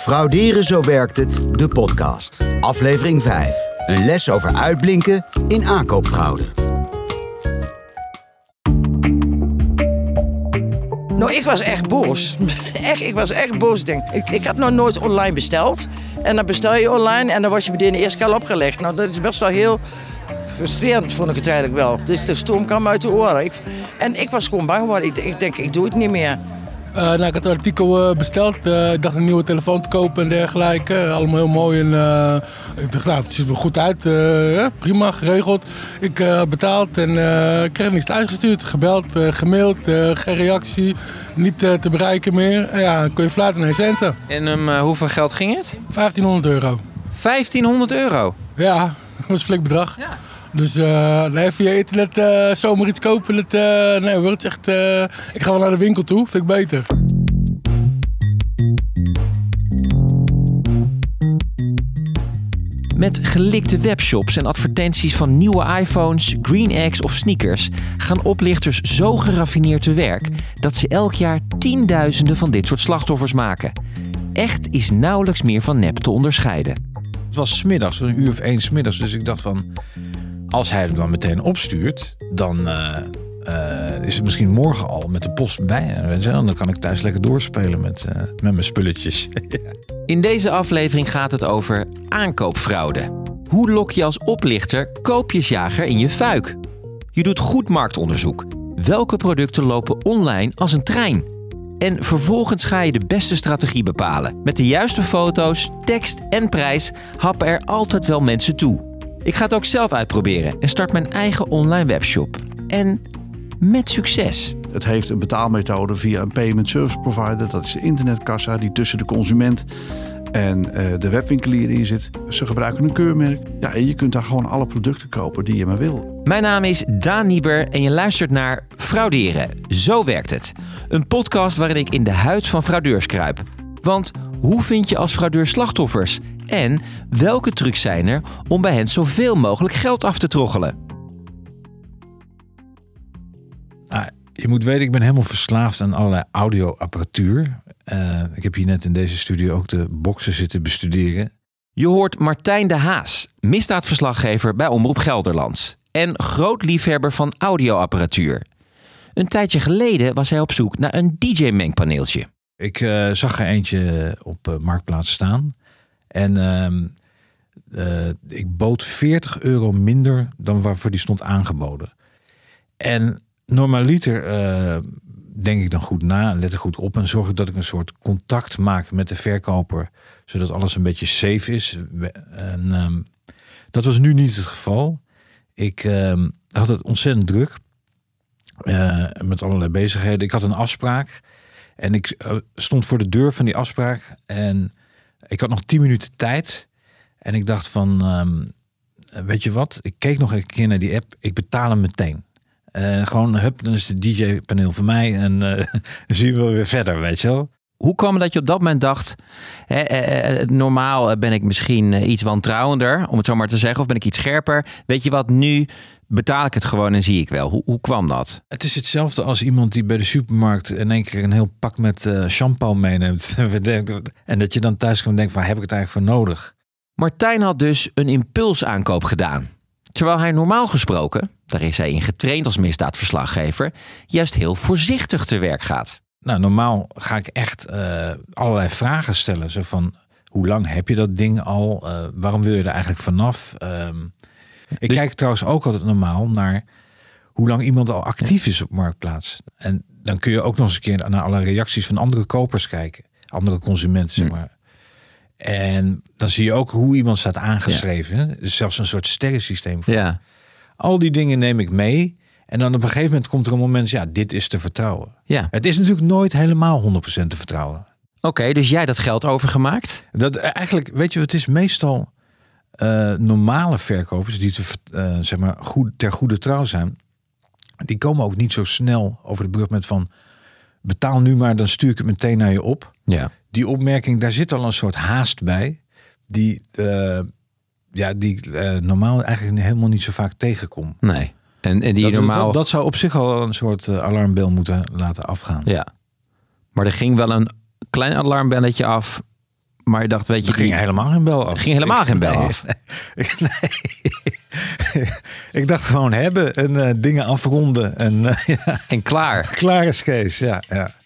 Frauderen, zo werkt het, de podcast. Aflevering 5. Een les over uitblinken in aankoopfraude. Nou, ik was echt boos. Ik was echt boos. Ik had nog nooit online besteld. En dan bestel je online en dan word je meteen de eerste keer opgelegd. Nou, dat is best wel heel frustrerend, vond ik het eigenlijk wel. Dus de stoom kwam uit de oren. Ik was gewoon bang geworden. Ik denk, ik doe het niet meer. Ik had een artikel besteld. Ik dacht een nieuwe telefoon te kopen en dergelijke. Allemaal heel mooi. En ik dacht, het ziet er goed uit. Prima, geregeld. Ik had betaald en kreeg niks uitgestuurd. Gebeld, gemaild, geen reactie. Niet te bereiken meer. En ja, kon je fluiten naar je centen. En hoeveel geld ging het? €1500. €1500? Ja, dat was een flink bedrag. Ja. Dus via internet zomaar iets kopen, het is echt... ik ga wel naar de winkel toe, vind ik beter. Met gelikte webshops en advertenties van nieuwe iPhones, Green Eggs of sneakers gaan oplichters zo geraffineerd te werk dat ze elk jaar tienduizenden van dit soort slachtoffers maken. Echt is nauwelijks meer van nep te onderscheiden. Het was 's middags, een uur of 1 's middags, dus ik dacht van... Als hij hem dan meteen opstuurt, dan is het misschien morgen al met de post bij. En dan kan ik thuis lekker doorspelen met mijn spulletjes. In deze aflevering gaat het over aankoopfraude. Hoe lok je als oplichter koopjesjager in je fuik? Je doet goed marktonderzoek. Welke producten lopen online als een trein? En vervolgens ga je de beste strategie bepalen. Met de juiste foto's, tekst en prijs happen er altijd wel mensen toe. Ik ga het ook zelf uitproberen en start mijn eigen online webshop. En met succes. Het heeft een betaalmethode via een payment service provider. Dat is de internetkassa die tussen de consument en de webwinkelier in zit. Ze gebruiken een keurmerk. Ja, en je kunt daar gewoon alle producten kopen die je maar wil. Mijn naam is Daan Nieber en je luistert naar Frauderen. Zo werkt het. Een podcast waarin ik in de huid van fraudeurs kruip. Want hoe vind je als fraudeur slachtoffers? En welke trucs zijn er om bij hen zoveel mogelijk geld af te troggelen? Je moet weten, ik ben helemaal verslaafd aan allerlei audioapparatuur. Ik heb hier net in deze studio ook de boxen zitten bestuderen. Je hoort Martijn de Haas, misdaadverslaggever bij Omroep Gelderland. En groot liefhebber van audioapparatuur. Een tijdje geleden was hij op zoek naar een DJ-mengpaneeltje. Ik zag er eentje op Marktplaats staan. En ik bood €40 minder dan waarvoor die stond aangeboden. En normaliter denk ik dan goed na, let er goed op en zorg ik dat ik een soort contact maak met de verkoper, zodat alles een beetje safe is. En dat was nu niet het geval. Ik had het ontzettend druk met allerlei bezigheden. Ik had een afspraak en ik stond voor de deur van die afspraak en ik had nog 10 minuten tijd. En ik dacht van, weet je wat? Ik keek nog een keer naar die app. Ik betaal hem meteen. Gewoon, dan is de DJ-paneel voor mij. En dan zien we weer verder, weet je wel. Hoe kwam het dat je op dat moment dacht... normaal ben ik misschien iets wantrouwender, om het zo maar te zeggen. Of ben ik iets scherper. Weet je wat, nu betaal ik het gewoon en zie ik wel. Hoe kwam dat? Het is hetzelfde als iemand die bij de supermarkt in één keer een heel pak met shampoo meeneemt. En dat je dan thuis komt en denkt van, heb ik het eigenlijk voor nodig? Martijn had dus een impulsaankoop gedaan. Terwijl hij normaal gesproken, daar is hij in getraind als misdaadverslaggever, juist heel voorzichtig te werk gaat. Nou, normaal ga ik echt allerlei vragen stellen. Zo van, hoe lang heb je dat ding al? Waarom wil je er eigenlijk vanaf? Ik kijk trouwens ook altijd normaal naar hoe lang iemand al actief is op Marktplaats. En dan kun je ook nog eens een keer naar alle reacties van andere kopers kijken. Andere consumenten, zeg maar. En dan zie je ook hoe iemand staat aangeschreven. Ja. Dus zelfs een soort sterrensysteem. Ja. Al die dingen neem ik mee. En dan op een gegeven moment komt er een moment, ja, dit is te vertrouwen. Ja. Het is natuurlijk nooit helemaal 100% te vertrouwen. Oké, dus jij dat geld overgemaakt? Dat eigenlijk, weet je, het is meestal normale verkopers die zeg maar ter goede trouw zijn. Die komen ook niet zo snel over de brug met van, betaal nu maar, dan stuur ik het meteen naar je op. Ja. Die opmerking, daar zit al een soort haast bij. Die normaal eigenlijk helemaal niet zo vaak tegenkom. Nee. En die normaal... dat zou op zich al een soort alarmbel moeten laten afgaan. Ja. Maar er ging wel een klein alarmbelletje af. Maar je dacht, weet je... Er ging helemaal geen bel af. Ging helemaal geen bel af? Nee. Ik dacht gewoon hebben en dingen afronden. En klaar. Klaar is Kees, ja.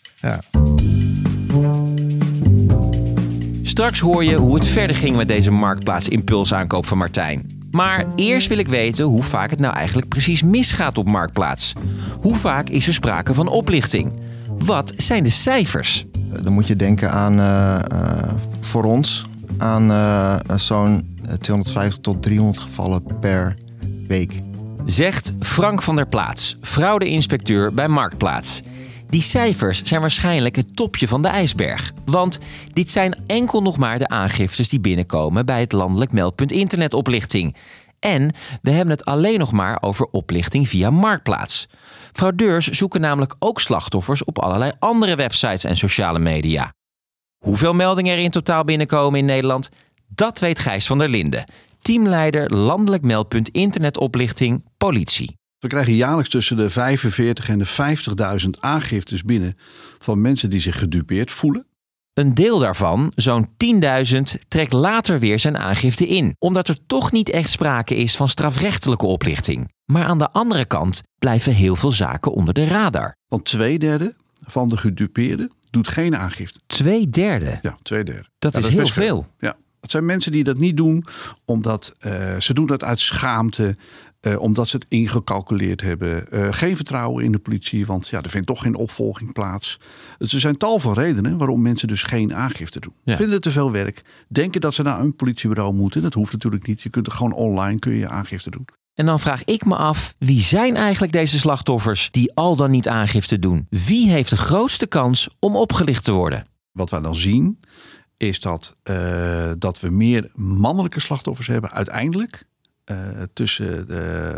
Straks hoor je hoe het verder ging met deze Marktplaats impulsaankoop van Martijn. Maar eerst wil ik weten hoe vaak het nou eigenlijk precies misgaat op Marktplaats. Hoe vaak is er sprake van oplichting? Wat zijn de cijfers? Dan moet je denken aan, voor ons, aan zo'n 250 tot 300 gevallen per week. Zegt Frank van der Plaats, fraude-inspecteur bij Marktplaats. Die cijfers zijn waarschijnlijk het topje van de ijsberg. Want dit zijn enkel nog maar de aangiftes die binnenkomen bij het landelijk meldpunt internetoplichting. En we hebben het alleen nog maar over oplichting via Marktplaats. Fraudeurs zoeken namelijk ook slachtoffers op allerlei andere websites en sociale media. Hoeveel meldingen er in totaal binnenkomen in Nederland? Dat weet Gijs van der Linden, teamleider landelijk meldpunt internetoplichting politie. We krijgen jaarlijks tussen de 45 en de 50.000 aangiftes binnen van mensen die zich gedupeerd voelen. Een deel daarvan, zo'n 10.000, trekt later weer zijn aangifte in, omdat er toch niet echt sprake is van strafrechtelijke oplichting. Maar aan de andere kant blijven heel veel zaken onder de radar. Want 2/3 van de gedupeerden doet geen aangifte. 2/3? Ja, 2/3. Dat is heel veel. Ja, het zijn mensen die dat niet doen omdat ze doen dat uit schaamte. Omdat ze het ingecalculeerd hebben. Geen vertrouwen in de politie, want er vindt toch geen opvolging plaats. Dus er zijn tal van redenen waarom mensen dus geen aangifte doen. Ja. Vinden het te veel werk. Denken dat ze naar een politiebureau moeten. Dat hoeft natuurlijk niet. Je kunt er gewoon online kun je aangifte doen. En dan vraag ik me af, wie zijn eigenlijk deze slachtoffers die al dan niet aangifte doen? Wie heeft de grootste kans om opgelicht te worden? Wat wij dan zien is dat we meer mannelijke slachtoffers hebben uiteindelijk. Tussen de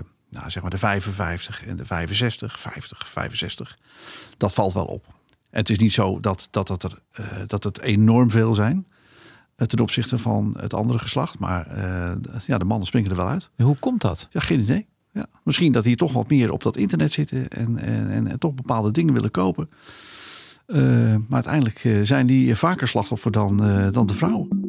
55 en de 65, 50, 65. Dat valt wel op. En het is niet zo dat het enorm veel zijn ten opzichte van het andere geslacht. Maar de mannen springen er wel uit. Hoe komt dat? Ja, geen idee. Ja. Misschien dat die toch wat meer op dat internet zitten en toch bepaalde dingen willen kopen. Maar uiteindelijk zijn die vaker slachtoffer dan de vrouwen.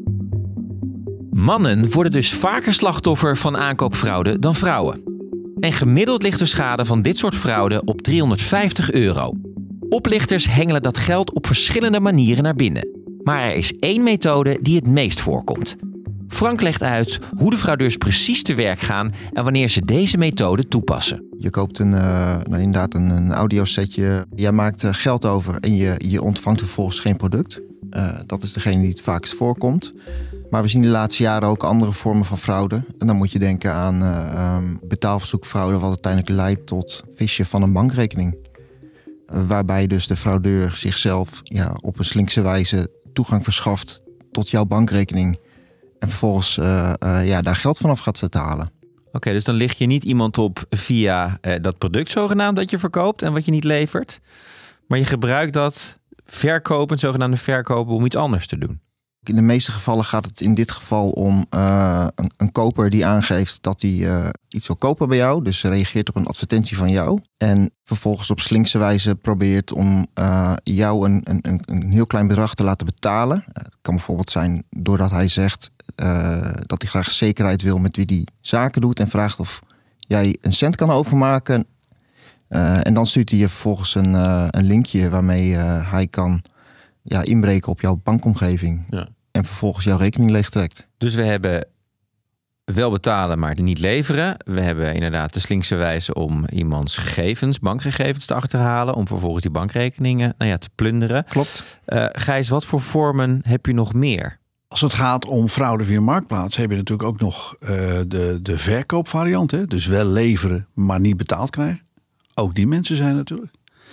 Mannen worden dus vaker slachtoffer van aankoopfraude dan vrouwen. En gemiddeld ligt de schade van dit soort fraude op €350. Oplichters hengelen dat geld op verschillende manieren naar binnen. Maar er is één methode die het meest voorkomt. Frank legt uit hoe de fraudeurs precies te werk gaan en wanneer ze deze methode toepassen. Je koopt inderdaad een audiosetje. Jij maakt geld over en je ontvangt vervolgens geen product. Dat is degene die het vaakst voorkomt. Maar we zien de laatste jaren ook andere vormen van fraude. En dan moet je denken aan betaalverzoekfraude, wat uiteindelijk leidt tot vischen van een bankrekening. Waarbij dus de fraudeur zichzelf op een slinkse wijze toegang verschaft tot jouw bankrekening. En vervolgens daar geld vanaf gaat zitten halen. Oké, dus dan lig je niet iemand op via dat product zogenaamd dat je verkoopt en wat je niet levert. Maar je gebruikt dat zogenaamde verkopen om iets anders te doen. In de meeste gevallen gaat het in dit geval om een koper die aangeeft dat hij iets wil kopen bij jou. Dus reageert op een advertentie van jou. En vervolgens op slinkse wijze probeert om jou een heel klein bedrag te laten betalen. Het kan bijvoorbeeld zijn doordat hij zegt dat hij graag zekerheid wil met wie hij zaken doet. En vraagt of jij een cent kan overmaken. En dan stuurt hij je vervolgens een linkje waarmee hij kan inbreken op jouw bankomgeving. Ja. En vervolgens jouw rekening leegtrekt. Dus we hebben wel betalen, maar niet leveren. We hebben inderdaad de slinkse wijze om iemands gegevens, bankgegevens te achterhalen. Om vervolgens die bankrekeningen te plunderen. Klopt. Gijs, wat voor vormen heb je nog meer? Als het gaat om fraude via Marktplaats heb je natuurlijk ook nog de verkoopvariant. Hè? Dus wel leveren, maar niet betaald krijgen. Ook die mensen zijn natuurlijk.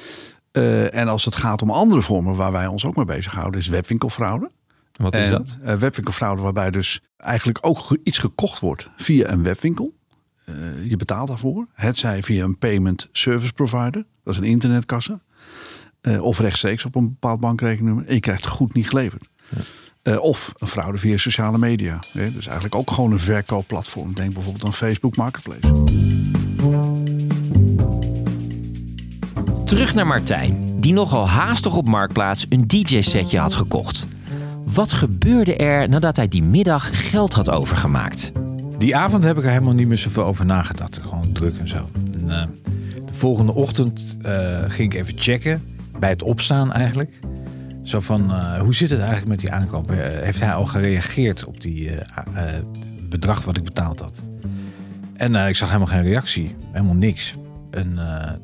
En als het gaat om andere vormen waar wij ons ook mee bezighouden, is webwinkelfraude. Wat is dat? Webwinkelfraude waarbij dus eigenlijk ook iets gekocht wordt via een webwinkel. Je betaalt daarvoor. Hetzij via een payment service provider. Dat is een internetkassa. Of rechtstreeks op een bepaald bankrekeningnummer. En je krijgt het goed niet geleverd. Ja. Of een fraude via sociale media. Dus eigenlijk ook gewoon een verkoopplatform. Denk bijvoorbeeld aan Facebook Marketplace. Terug naar Martijn, die nogal haastig op Marktplaats een DJ-setje had gekocht. Wat gebeurde er nadat hij die middag geld had overgemaakt? Die avond heb ik er helemaal niet meer zoveel over nagedacht. Gewoon druk en zo. En, de volgende ochtend ging ik even checken. Bij het opstaan eigenlijk. Zo van, hoe zit het eigenlijk met die aankoop? Heeft hij al gereageerd op die bedrag wat ik betaald had? En ik zag helemaal geen reactie. Helemaal niks. En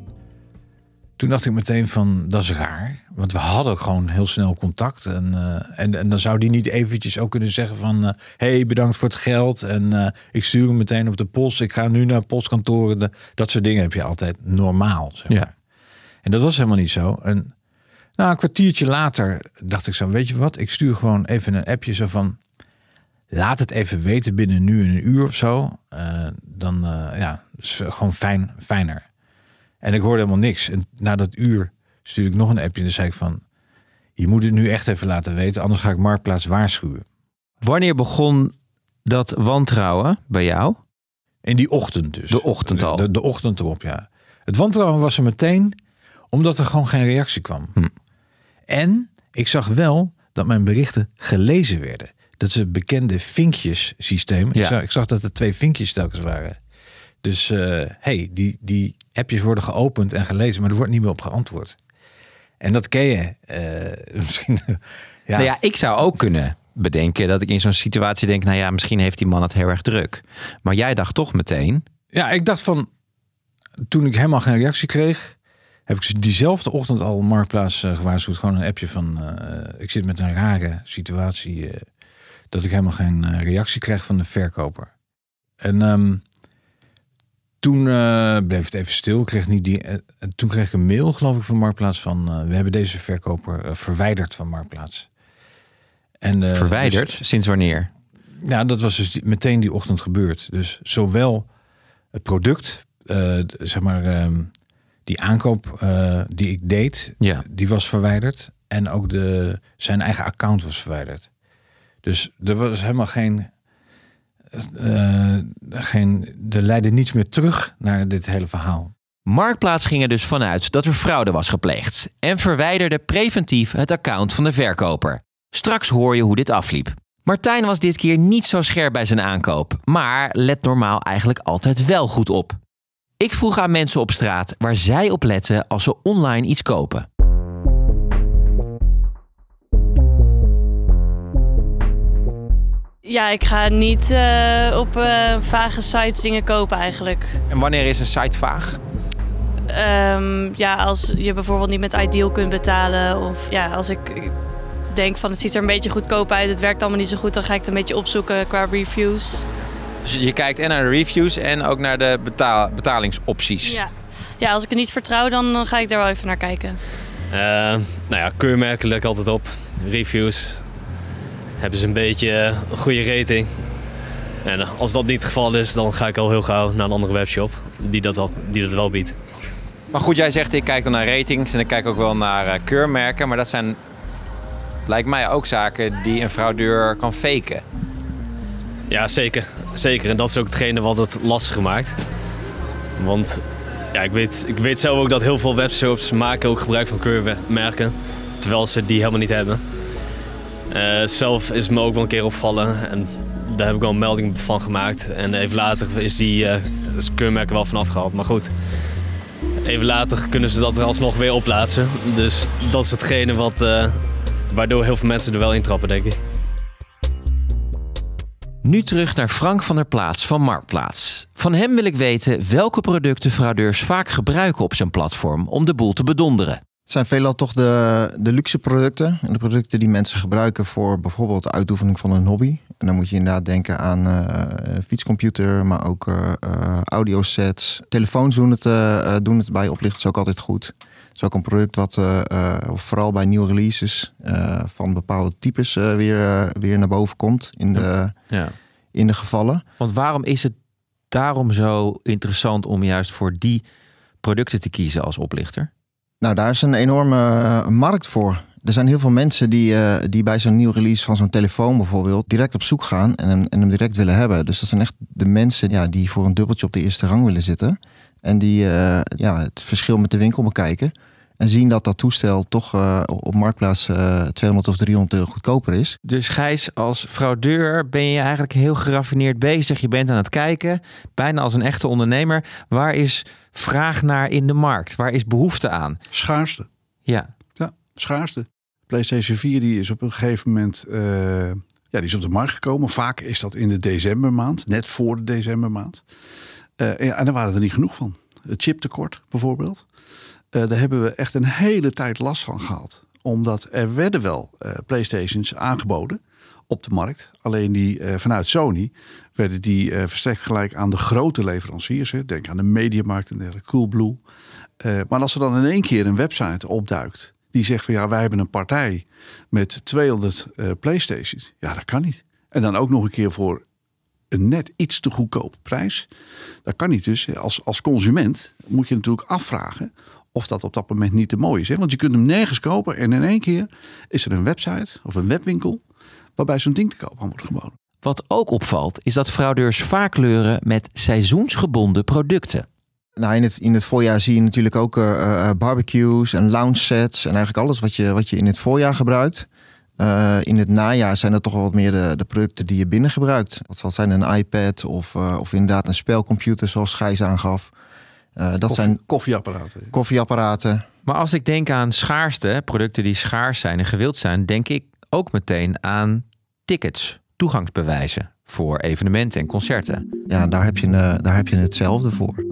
toen dacht ik meteen van, dat is raar. Want we hadden gewoon heel snel contact. En dan zou die niet eventjes ook kunnen zeggen van... hey, bedankt voor het geld. En ik stuur hem meteen op de post. Ik ga nu naar postkantoren. Dat soort dingen heb je altijd normaal. Zeg maar. Ja. En dat was helemaal niet zo. En een kwartiertje later dacht ik zo... weet je wat, ik stuur gewoon even een appje zo van... laat het even weten binnen nu een uur of zo. Dan is gewoon fijner. En ik hoorde helemaal niks. En na dat uur stuurde ik nog een appje. En dan zei ik van... je moet het nu echt even laten weten. Anders ga ik Marktplaats waarschuwen. Wanneer begon dat wantrouwen bij jou? In die ochtend dus. De ochtend al? De ochtend erop, ja. Het wantrouwen was er meteen... omdat er gewoon geen reactie kwam. En ik zag wel dat mijn berichten gelezen werden. Dat is het bekende vinkjes systeem. Ja. Ik zag dat er 2 vinkjes telkens waren. Dus die appjes worden geopend en gelezen, maar er wordt niet meer op geantwoord. En dat ken je misschien. Ja. Nou ja, ik zou ook kunnen bedenken dat ik in zo'n situatie denk... nou ja, misschien heeft die man het heel erg druk. Maar jij dacht toch meteen... Ja, ik dacht van... toen ik helemaal geen reactie kreeg... heb ik diezelfde ochtend al Marktplaats gewaarschuwd. Gewoon een appje van... ik zit met een rare situatie... dat ik helemaal geen reactie krijg van de verkoper. En toen bleef het even stil. Toen kreeg ik een mail, geloof ik, van Marktplaats van... we hebben deze verkoper verwijderd van Marktplaats. En, verwijderd? Dus, sinds wanneer? Ja, dat was dus meteen die ochtend gebeurd. Dus zowel het product, die aankoop die ik deed... die was verwijderd. En ook zijn eigen account was verwijderd. Dus er was helemaal er leidde niets meer terug naar dit hele verhaal. Marktplaats ging er dus vanuit dat er fraude was gepleegd en verwijderde preventief het account van de verkoper. Straks hoor je hoe dit afliep. Martijn was dit keer niet zo scherp bij zijn aankoop, maar let normaal eigenlijk altijd wel goed op. Ik vroeg aan mensen op straat waar zij op letten als ze online iets kopen. Ja, ik ga niet op vage sites dingen kopen eigenlijk. En wanneer is een site vaag? Als je bijvoorbeeld niet met Ideal kunt betalen. Of ja, als ik denk van het ziet er een beetje goedkoop uit. Het werkt allemaal niet zo goed. Dan ga ik het een beetje opzoeken qua reviews. Dus je kijkt en naar de reviews en ook naar de betalingsopties. Ja, als ik het niet vertrouw, dan ga ik daar wel even naar kijken. Keurmerken let ik altijd op. Reviews. Hebben ze een beetje een goede rating. En als dat niet het geval is, dan ga ik al heel gauw naar een andere webshop die dat wel biedt. Maar goed, jij zegt ik kijk dan naar ratings en ik kijk ook wel naar keurmerken. Maar dat zijn, lijkt mij, ook zaken die een fraudeur kan faken. Ja, zeker. En dat is ook hetgene wat het lastiger maakt. Want ja, ik weet zelf ook dat heel veel webshops maken ook gebruik van keurmerken. Terwijl ze die helemaal niet hebben. Zelf is het me ook wel een keer opgevallen en daar heb ik wel een melding van gemaakt. En even later is die keurmerken wel vanaf gehaald. Maar goed, even later kunnen ze dat er alsnog weer opplaatsen. Dus dat is hetgene waardoor heel veel mensen er wel intrappen, denk ik. Nu terug naar Frank van der Plaats van Marktplaats. Van hem wil ik weten welke producten fraudeurs vaak gebruiken op zijn platform om de boel te bedonderen. Het zijn veelal toch de luxe producten. En de producten die mensen gebruiken voor bijvoorbeeld de uitoefening van een hobby. En dan moet je inderdaad denken aan fietscomputer, maar ook audiosets. Telefoons doen het bij oplichters ook altijd goed. Het is ook een product wat vooral bij nieuwe releases van bepaalde types weer naar boven komt in de gevallen. Want waarom is het daarom zo interessant om juist voor die producten te kiezen als oplichter? Nou, daar is een enorme markt voor. Er zijn heel veel mensen die bij zo'n nieuw release van zo'n telefoon bijvoorbeeld direct op zoek gaan en hem direct willen hebben. Dus dat zijn echt de mensen die voor een dubbeltje op de eerste rang willen zitten. En die het verschil met de winkel bekijken. En zien dat toestel toch op Marktplaats 200 of 300 euro goedkoper is. Dus Gijs, als fraudeur ben je eigenlijk heel geraffineerd bezig. Je bent aan het kijken, bijna als een echte ondernemer. Waar is vraag naar in de markt? Waar is behoefte aan? Schaarste. Ja. Ja, schaarste. PlayStation 4 die is op een gegeven moment die is op de markt gekomen. Vaak is dat in de decembermaand, net voor de decembermaand. En daar waren er niet genoeg van. Het chiptekort bijvoorbeeld. Daar hebben we echt een hele tijd last van gehad. Omdat er werden wel PlayStations aangeboden op de markt. Alleen die vanuit Sony werden die verstrekt gelijk aan de grote leveranciers. Hè. Denk aan de Mediamarkt en dergelijke, Coolblue. Maar als er dan in één keer een website opduikt die zegt van wij hebben een partij met 200 PlayStations. Ja, dat kan niet. En dan ook nog een keer voor een net iets te goedkope prijs. Dat kan niet. Dus als consument moet je natuurlijk afvragen of dat op dat moment niet te mooi is. Hè? Want je kunt hem nergens kopen en in één keer is er een website of een webwinkel waarbij zo'n ding te koop aan wordt geboden. Wat ook opvalt is dat fraudeurs vaak leuren met seizoensgebonden producten. Nou, in het voorjaar zie je natuurlijk ook barbecues en lounge sets en eigenlijk alles wat je in het voorjaar gebruikt. In het najaar zijn er toch wel wat meer de producten die je binnen gebruikt. Dat zal zijn een iPad of inderdaad een spelcomputer zoals Gijs aangaf. Zijn koffieapparaten. Maar als ik denk aan schaarste, producten die schaars zijn en gewild zijn, denk ik ook meteen aan tickets, toegangsbewijzen voor evenementen en concerten. Ja, daar heb je hetzelfde voor.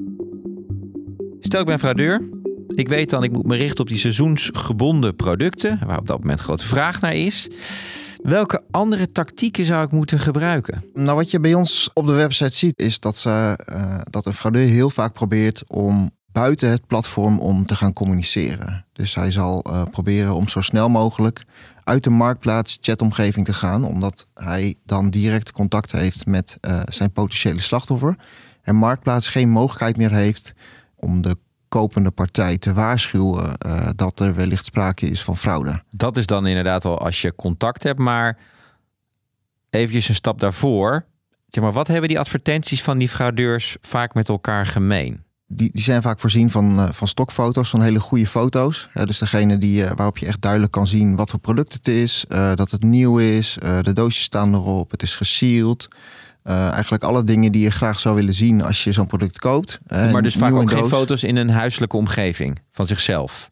Stel ik ben fraudeur. Ik weet dan, ik moet me richten op die seizoensgebonden producten, waar op dat moment grote vraag naar is. Welke andere tactieken zou ik moeten gebruiken? Nou, wat je bij ons op de website ziet, is dat een fraudeur heel vaak probeert om buiten het platform om te gaan communiceren. Dus hij zal proberen om zo snel mogelijk uit de Marktplaats chatomgeving te gaan, omdat hij dan direct contact heeft met zijn potentiële slachtoffer. En Marktplaats geen mogelijkheid meer heeft om de kopende partij te waarschuwen dat er wellicht sprake is van fraude. Dat is dan inderdaad al als je contact hebt, maar eventjes een stap daarvoor. Maar wat hebben die advertenties van die fraudeurs vaak met elkaar gemeen? Die zijn vaak voorzien van stokfoto's, van hele goede foto's. Dus degene waarop je echt duidelijk kan zien wat voor product het is, dat het nieuw is, de doosjes staan erop, het is gesealed. Eigenlijk alle dingen die je graag zou willen zien als je zo'n product koopt. Maar dus vaak ook geen foto's in een huiselijke omgeving van zichzelf?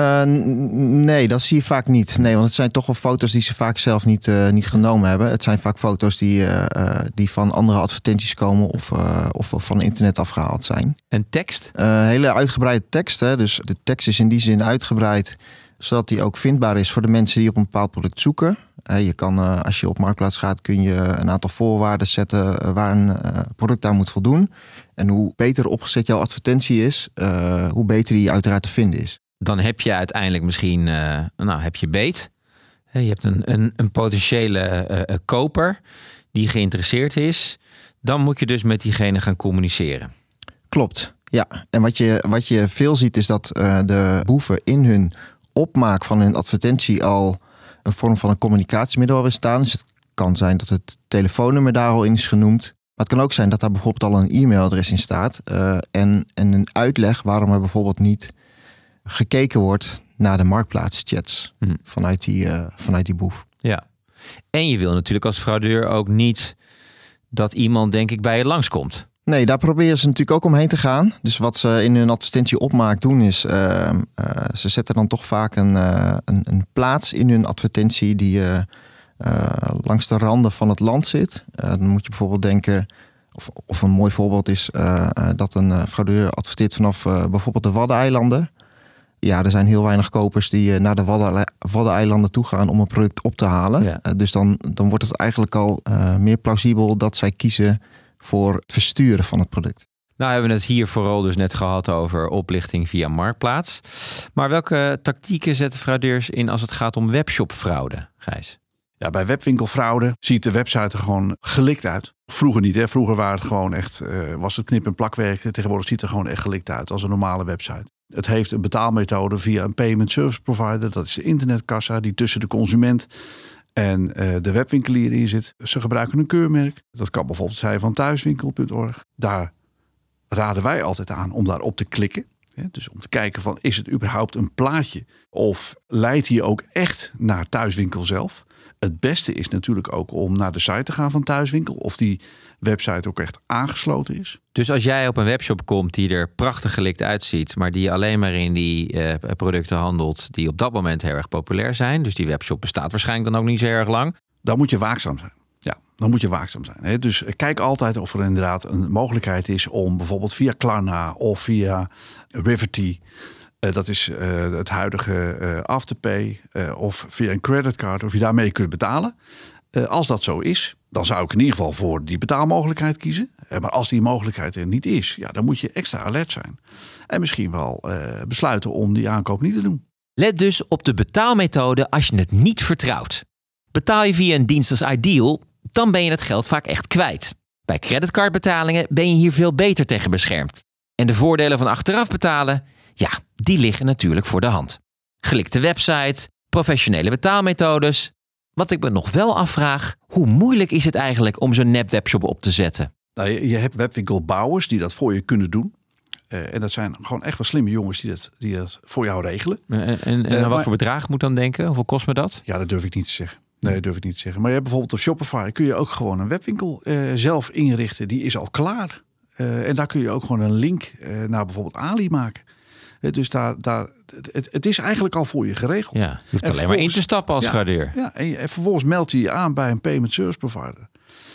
Nee, dat zie je vaak niet. Nee, want het zijn toch wel foto's die ze vaak zelf niet genomen hebben. Het zijn vaak foto's die van andere advertenties komen of van internet afgehaald zijn. En tekst? Hele uitgebreide tekst. Hè? Dus de tekst is in die zin uitgebreid, zodat die ook vindbaar is voor de mensen die op een bepaald product zoeken. Je kan, als je op Marktplaats gaat, kun je een aantal voorwaarden zetten waar een product aan moet voldoen. En hoe beter opgezet jouw advertentie is, hoe beter die uiteraard te vinden is. Dan heb je uiteindelijk misschien heb je beet. Je hebt een potentiële koper die geïnteresseerd is. Dan moet je dus met diegene gaan communiceren. Klopt, ja. En wat je veel ziet is dat de boeven in hun opmaak van hun advertentie al een vorm van een communicatiemiddel hebben staan. Dus het kan zijn dat het telefoonnummer daar al in is genoemd. Maar het kan ook zijn dat daar bijvoorbeeld al een e-mailadres in staat. En een uitleg waarom er bijvoorbeeld niet gekeken wordt naar de marktplaatschats vanuit die boef. Ja. En je wil natuurlijk als fraudeur ook niet dat iemand, denk ik, bij je langskomt. Nee, daar proberen ze natuurlijk ook omheen te gaan. Dus wat ze in hun advertentie opmaak doen is, ze zetten dan toch vaak een plaats in hun advertentie die langs de randen van het land zit. Dan moet je bijvoorbeeld denken, of een mooi voorbeeld is dat een fraudeur adverteert vanaf bijvoorbeeld de Waddeneilanden. Ja, er zijn heel weinig kopers die naar de Waddeneilanden toe gaan om een product op te halen. Ja. Dus dan wordt het eigenlijk al meer plausibel dat zij kiezen voor het versturen van het product. Nou hebben we het hier vooral dus net gehad over oplichting via Marktplaats. Maar welke tactieken zetten fraudeurs in als het gaat om webshopfraude, Gijs? Ja, bij webwinkelfraude ziet de website er gewoon gelikt uit. Vroeger niet, hè? Vroeger waren het gewoon echt, was het knip- en plakwerk. Tegenwoordig ziet het er gewoon echt gelikt uit als een normale website. Het heeft een betaalmethode via een payment service provider. Dat is de internetkassa die tussen de consument en de webwinkelier in zit. Ze gebruiken een keurmerk. Dat kan bijvoorbeeld zijn van thuiswinkel.org. Daar raden wij altijd aan om daarop te klikken. Dus om te kijken van, is het überhaupt een plaatje? Of leidt hij ook echt naar Thuiswinkel zelf? Het beste is natuurlijk ook om naar de site te gaan van Thuiswinkel. Of die website ook echt aangesloten is. Dus als jij op een webshop komt die er prachtig gelikt uitziet, maar die alleen maar in die producten handelt die op dat moment heel erg populair zijn. Dus die webshop bestaat waarschijnlijk dan ook niet zo erg lang. Dan moet je waakzaam zijn. Ja, dan moet je waakzaam zijn. Dus kijk altijd of er inderdaad een mogelijkheid is om bijvoorbeeld via Klarna of via Riverty, dat is het huidige Afterpay, of via een creditcard, of je daarmee kunt betalen. Als dat zo is, dan zou ik in ieder geval voor die betaalmogelijkheid kiezen. Maar als die mogelijkheid er niet is, dan moet je extra alert zijn. En misschien wel besluiten om die aankoop niet te doen. Let dus op de betaalmethode als je het niet vertrouwt. Betaal je via een dienst als Ideal, dan ben je het geld vaak echt kwijt. Bij creditcardbetalingen ben je hier veel beter tegen beschermd. En de voordelen van achteraf betalen, die liggen natuurlijk voor de hand. Gelikte website, professionele betaalmethodes. Wat ik me nog wel afvraag, hoe moeilijk is het eigenlijk om zo'n nep-webshop op te zetten? Nou, je hebt webwinkelbouwers die dat voor je kunnen doen. En dat zijn gewoon echt wel slimme jongens die dat voor jou regelen. En wat voor bedrag moet dan denken? Hoeveel kost me dat? Ja, dat durf ik niet te zeggen. Nee, dat durf ik niet te zeggen. Maar je hebt bijvoorbeeld op Shopify kun je ook gewoon een webwinkel zelf inrichten. Die is al klaar. En daar kun je ook gewoon een link naar bijvoorbeeld Ali maken. Dus het is eigenlijk al voor je geregeld. Ja, je hoeft alleen maar in te stappen als fraudeur. Ja, en vervolgens meld je je aan bij een payment service provider.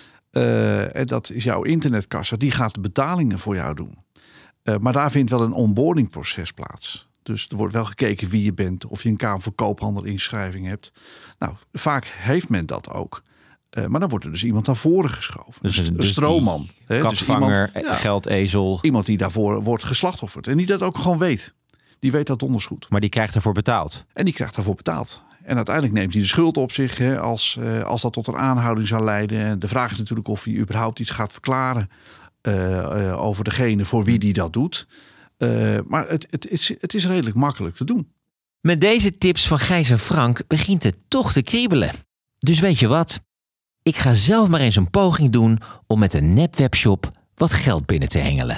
En dat is jouw internetkassa. Die gaat de betalingen voor jou doen. Maar daar vindt wel een onboardingproces plaats. Dus er wordt wel gekeken wie je bent. Of je een Kamer van Koophandel inschrijving hebt. Nou, vaak heeft men dat ook. Maar dan wordt er dus iemand naar voren geschoven. Dus een stroomman. Katvanger, dus iemand, geldezel. Iemand die daarvoor wordt geslachtofferd. En die dat ook gewoon weet. Die weet dat donders goed. Maar die krijgt ervoor betaald. En die krijgt daarvoor betaald. En uiteindelijk neemt hij de schuld op zich. Als dat tot een aanhouding zou leiden. En de vraag is natuurlijk of hij überhaupt iets gaat verklaren. Over degene voor wie die dat doet. Maar het is redelijk makkelijk te doen. Met deze tips van Gijs en Frank begint het toch te kriebelen. Dus weet je wat? Ik ga zelf maar eens een poging doen om met een nep-webshop wat geld binnen te hengelen.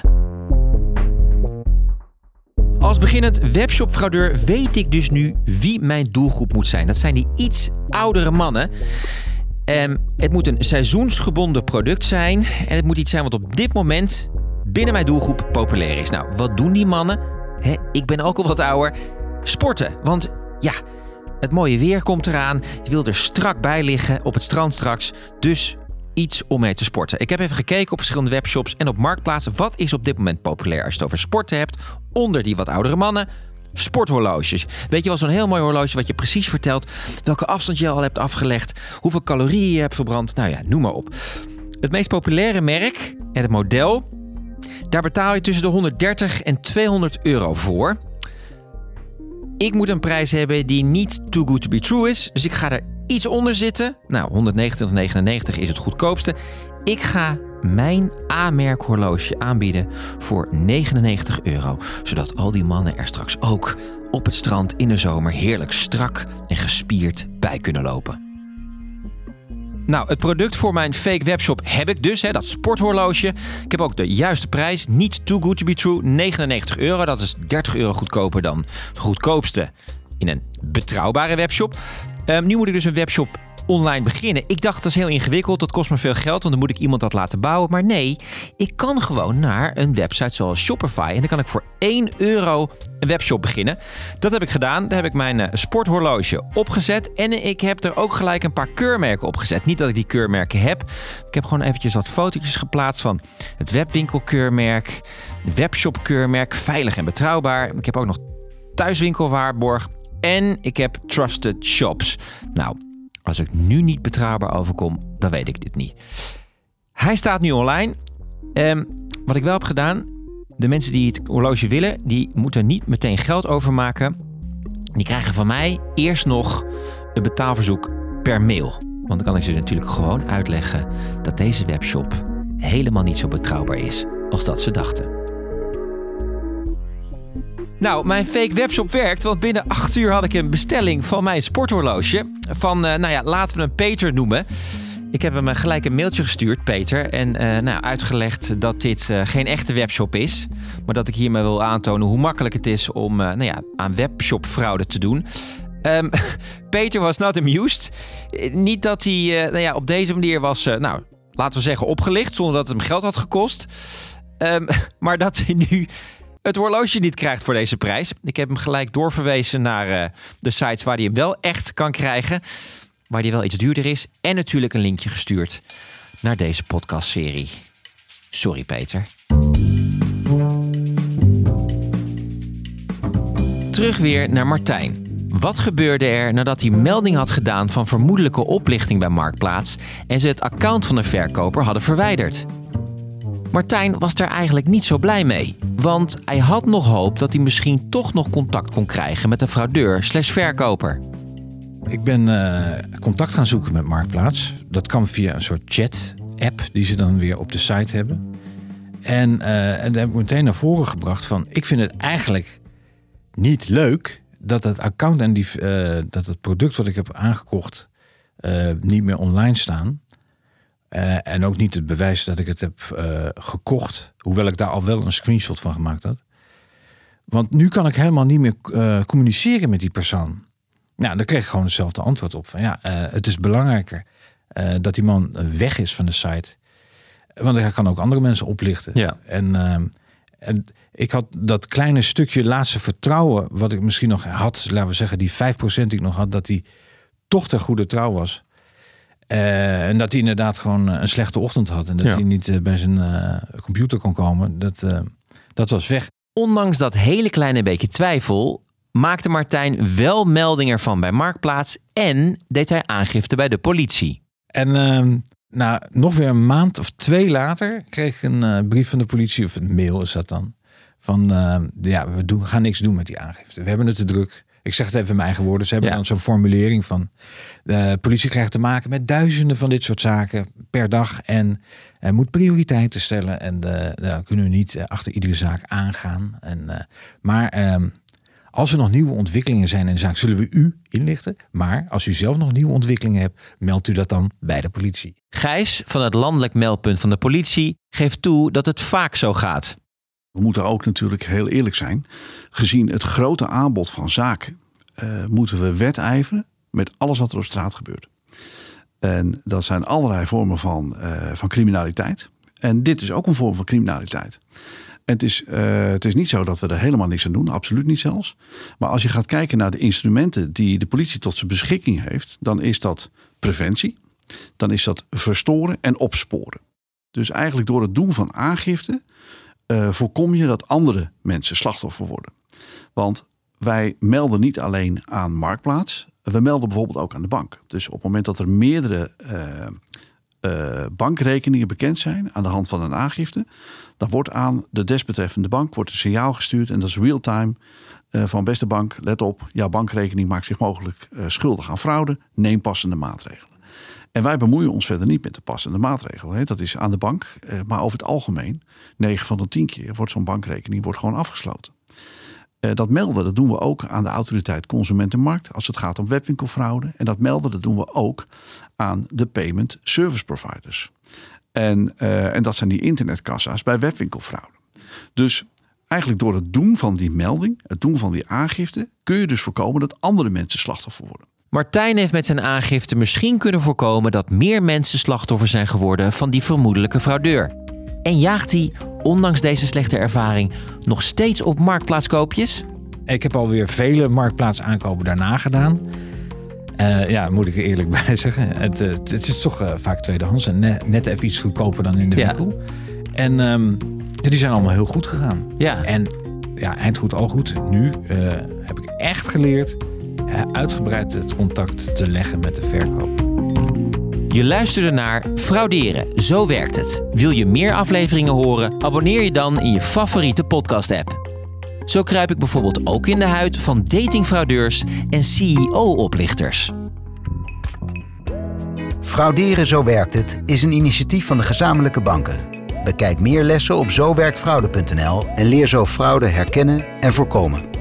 Als beginnend webshopfraudeur weet ik dus nu wie mijn doelgroep moet zijn. Dat zijn die iets oudere mannen. Het moet een seizoensgebonden product zijn. En het moet iets zijn wat op dit moment binnen mijn doelgroep populair is. Nou, wat doen die mannen? Ik ben ook al wat ouder. Sporten. Want ja, het mooie weer komt eraan. Je wil er strak bij liggen op het strand straks. Dus iets om mee te sporten. Ik heb even gekeken op verschillende webshops en op marktplaatsen. Wat is op dit moment populair? Als je het over sporten hebt, onder die wat oudere mannen, sporthorloges. Weet je wel, zo'n heel mooi horloge wat je precies vertelt welke afstand je al hebt afgelegd, hoeveel calorieën je hebt verbrand. Nou ja, noem maar op. Het meest populaire merk en het model, daar betaal je tussen de 130 en 200 euro voor. Ik moet een prijs hebben die niet too good to be true is. Dus ik ga er iets onder zitten. Nou, 129,99 is het goedkoopste. Ik ga mijn A-merk horloge aanbieden voor 99 euro. Zodat al die mannen er straks ook op het strand in de zomer heerlijk strak en gespierd bij kunnen lopen. Nou, het product voor mijn fake webshop heb ik dus, dat sporthorloge. Ik heb ook de juiste prijs, niet too good to be true, 99 euro. Dat is 30 euro goedkoper dan de goedkoopste in een betrouwbare webshop. Nu moet ik dus een webshop online beginnen. Ik dacht, dat is heel ingewikkeld, dat kost me veel geld, want dan moet ik iemand dat laten bouwen. Maar nee, ik kan gewoon naar een website zoals Shopify en dan kan ik voor 1 euro een webshop beginnen. Dat heb ik gedaan. Daar heb ik mijn sporthorloge opgezet en ik heb er ook gelijk een paar keurmerken opgezet. Niet dat ik die keurmerken heb. Ik heb gewoon eventjes wat fotootjes geplaatst van het webwinkelkeurmerk, webshopkeurmerk, veilig en betrouwbaar. Ik heb ook nog thuiswinkelwaarborg en ik heb trusted shops. Nou, als ik nu niet betrouwbaar overkom, dan weet ik dit niet. Hij staat nu online. Wat ik wel heb gedaan, de mensen die het horloge willen, die moeten niet meteen geld overmaken. Die krijgen van mij eerst nog een betaalverzoek per mail. Want dan kan ik ze natuurlijk gewoon uitleggen dat deze webshop helemaal niet zo betrouwbaar is als dat ze dachten. Nou, mijn fake webshop werkt, want binnen 8 uur had ik een bestelling van mijn sporthorloge. Van, laten we hem Peter noemen. Ik heb hem gelijk een mailtje gestuurd, Peter. En uitgelegd dat dit geen echte webshop is. Maar dat ik hiermee wil aantonen hoe makkelijk het is om aan webshopfraude te doen. Peter was not amused. Niet dat hij op deze manier was, laten we zeggen, opgelicht. Zonder dat het hem geld had gekost. Maar dat hij nu het horloge niet krijgt voor deze prijs. Ik heb hem gelijk doorverwezen naar de sites waar hij hem wel echt kan krijgen. Waar die wel iets duurder is. En natuurlijk een linkje gestuurd naar deze podcastserie. Sorry, Peter. Terug weer naar Martijn. Wat gebeurde er nadat hij melding had gedaan van vermoedelijke oplichting bij Marktplaats en ze het account van de verkoper hadden verwijderd? Martijn was daar eigenlijk niet zo blij mee. Want hij had nog hoop dat hij misschien toch nog contact kon krijgen met de fraudeur/verkoper. Ik ben contact gaan zoeken met Marktplaats. Dat kan via een soort chat-app die ze dan weer op de site hebben. En daar heb ik meteen naar voren gebracht van... ik vind het eigenlijk niet leuk dat het account en dat het product wat ik heb aangekocht niet meer online staan. En ook niet het bewijs dat ik het heb gekocht. Hoewel ik daar al wel een screenshot van gemaakt had. Want nu kan ik helemaal niet meer communiceren met die persoon. Nou, dan kreeg ik gewoon hetzelfde antwoord op. Van het is belangrijker dat die man weg is van de site. Want hij kan ook andere mensen oplichten. Ja. En ik had dat kleine stukje laatste vertrouwen... wat ik misschien nog had, laten we zeggen... die 5% die ik nog had, dat hij toch ter goede trouw was. En dat hij inderdaad gewoon een slechte ochtend had. En dat hij niet bij zijn computer kon komen. Dat was weg. Ondanks dat hele kleine beetje twijfel... maakte Martijn wel melding ervan bij Marktplaats... en deed hij aangifte bij de politie. En nog weer een maand of 2 later... kreeg ik een brief van de politie, of een mail is dat dan... van we gaan niks doen met die aangifte. We hebben het te druk. Ik zeg het even in mijn eigen woorden. Ze hebben dan zo'n formulering van... de politie krijgt te maken met duizenden van dit soort zaken per dag... en moet prioriteiten stellen... en daar kunnen we niet achter iedere zaak aangaan. Maar als er nog nieuwe ontwikkelingen zijn in de zaak... zullen we u inlichten. Maar als u zelf nog nieuwe ontwikkelingen hebt... meldt u dat dan bij de politie. Gijs van het landelijk meldpunt van de politie... geeft toe dat het vaak zo gaat. We moeten ook natuurlijk heel eerlijk zijn. Gezien het grote aanbod van zaken... moeten we wedijveren met alles wat er op straat gebeurt. En dat zijn allerlei vormen van criminaliteit. En dit is ook een vorm van criminaliteit. En het is niet zo dat we er helemaal niks aan doen. Absoluut niet zelfs. Maar als je gaat kijken naar de instrumenten... die de politie tot zijn beschikking heeft... dan is dat preventie. Dan is dat verstoren en opsporen. Dus eigenlijk door het doen van aangifte... voorkom je dat andere mensen slachtoffer worden. Want wij melden niet alleen aan Marktplaats. We melden bijvoorbeeld ook aan de bank. Dus op het moment dat er meerdere bankrekeningen bekend zijn... aan de hand van een aangifte... dan wordt aan de desbetreffende bank een signaal gestuurd... en dat is real-time van beste bank. Let op, jouw bankrekening maakt zich mogelijk schuldig aan fraude. Neem passende maatregelen. En wij bemoeien ons verder niet met de passende maatregelen. Dat is aan de bank. Maar over het algemeen, 9 van de 10 keer... wordt zo'n bankrekening gewoon afgesloten. Dat melden, dat doen we ook aan de autoriteit Consumentenmarkt... als het gaat om webwinkelfraude. En dat melden, dat doen we ook aan de payment service providers. En dat zijn die internetkassa's bij webwinkelfraude. Dus eigenlijk door het doen van die melding... het doen van die aangifte... kun je dus voorkomen dat andere mensen slachtoffer worden. Martijn heeft met zijn aangifte misschien kunnen voorkomen... dat meer mensen slachtoffer zijn geworden van die vermoedelijke fraudeur. En jaagt hij, ondanks deze slechte ervaring... nog steeds op marktplaatskoopjes? Ik heb alweer vele marktplaatsaankopen daarna gedaan. Moet ik er eerlijk bij zeggen. Het is toch vaak tweedehands en net even iets goedkoper dan in de winkel. En die zijn allemaal heel goed gegaan. Ja. En eind goed, al goed. Nu heb ik echt geleerd... uitgebreid het contact te leggen met de verkoper. Je luisterde naar Frauderen, zo werkt het. Wil je meer afleveringen horen? Abonneer je dan in je favoriete podcast-app. Zo kruip ik bijvoorbeeld ook in de huid van datingfraudeurs en CEO-oplichters. Frauderen, zo werkt het is een initiatief van de gezamenlijke banken. Bekijk meer lessen op zowerktfraude.nl en leer zo fraude herkennen en voorkomen.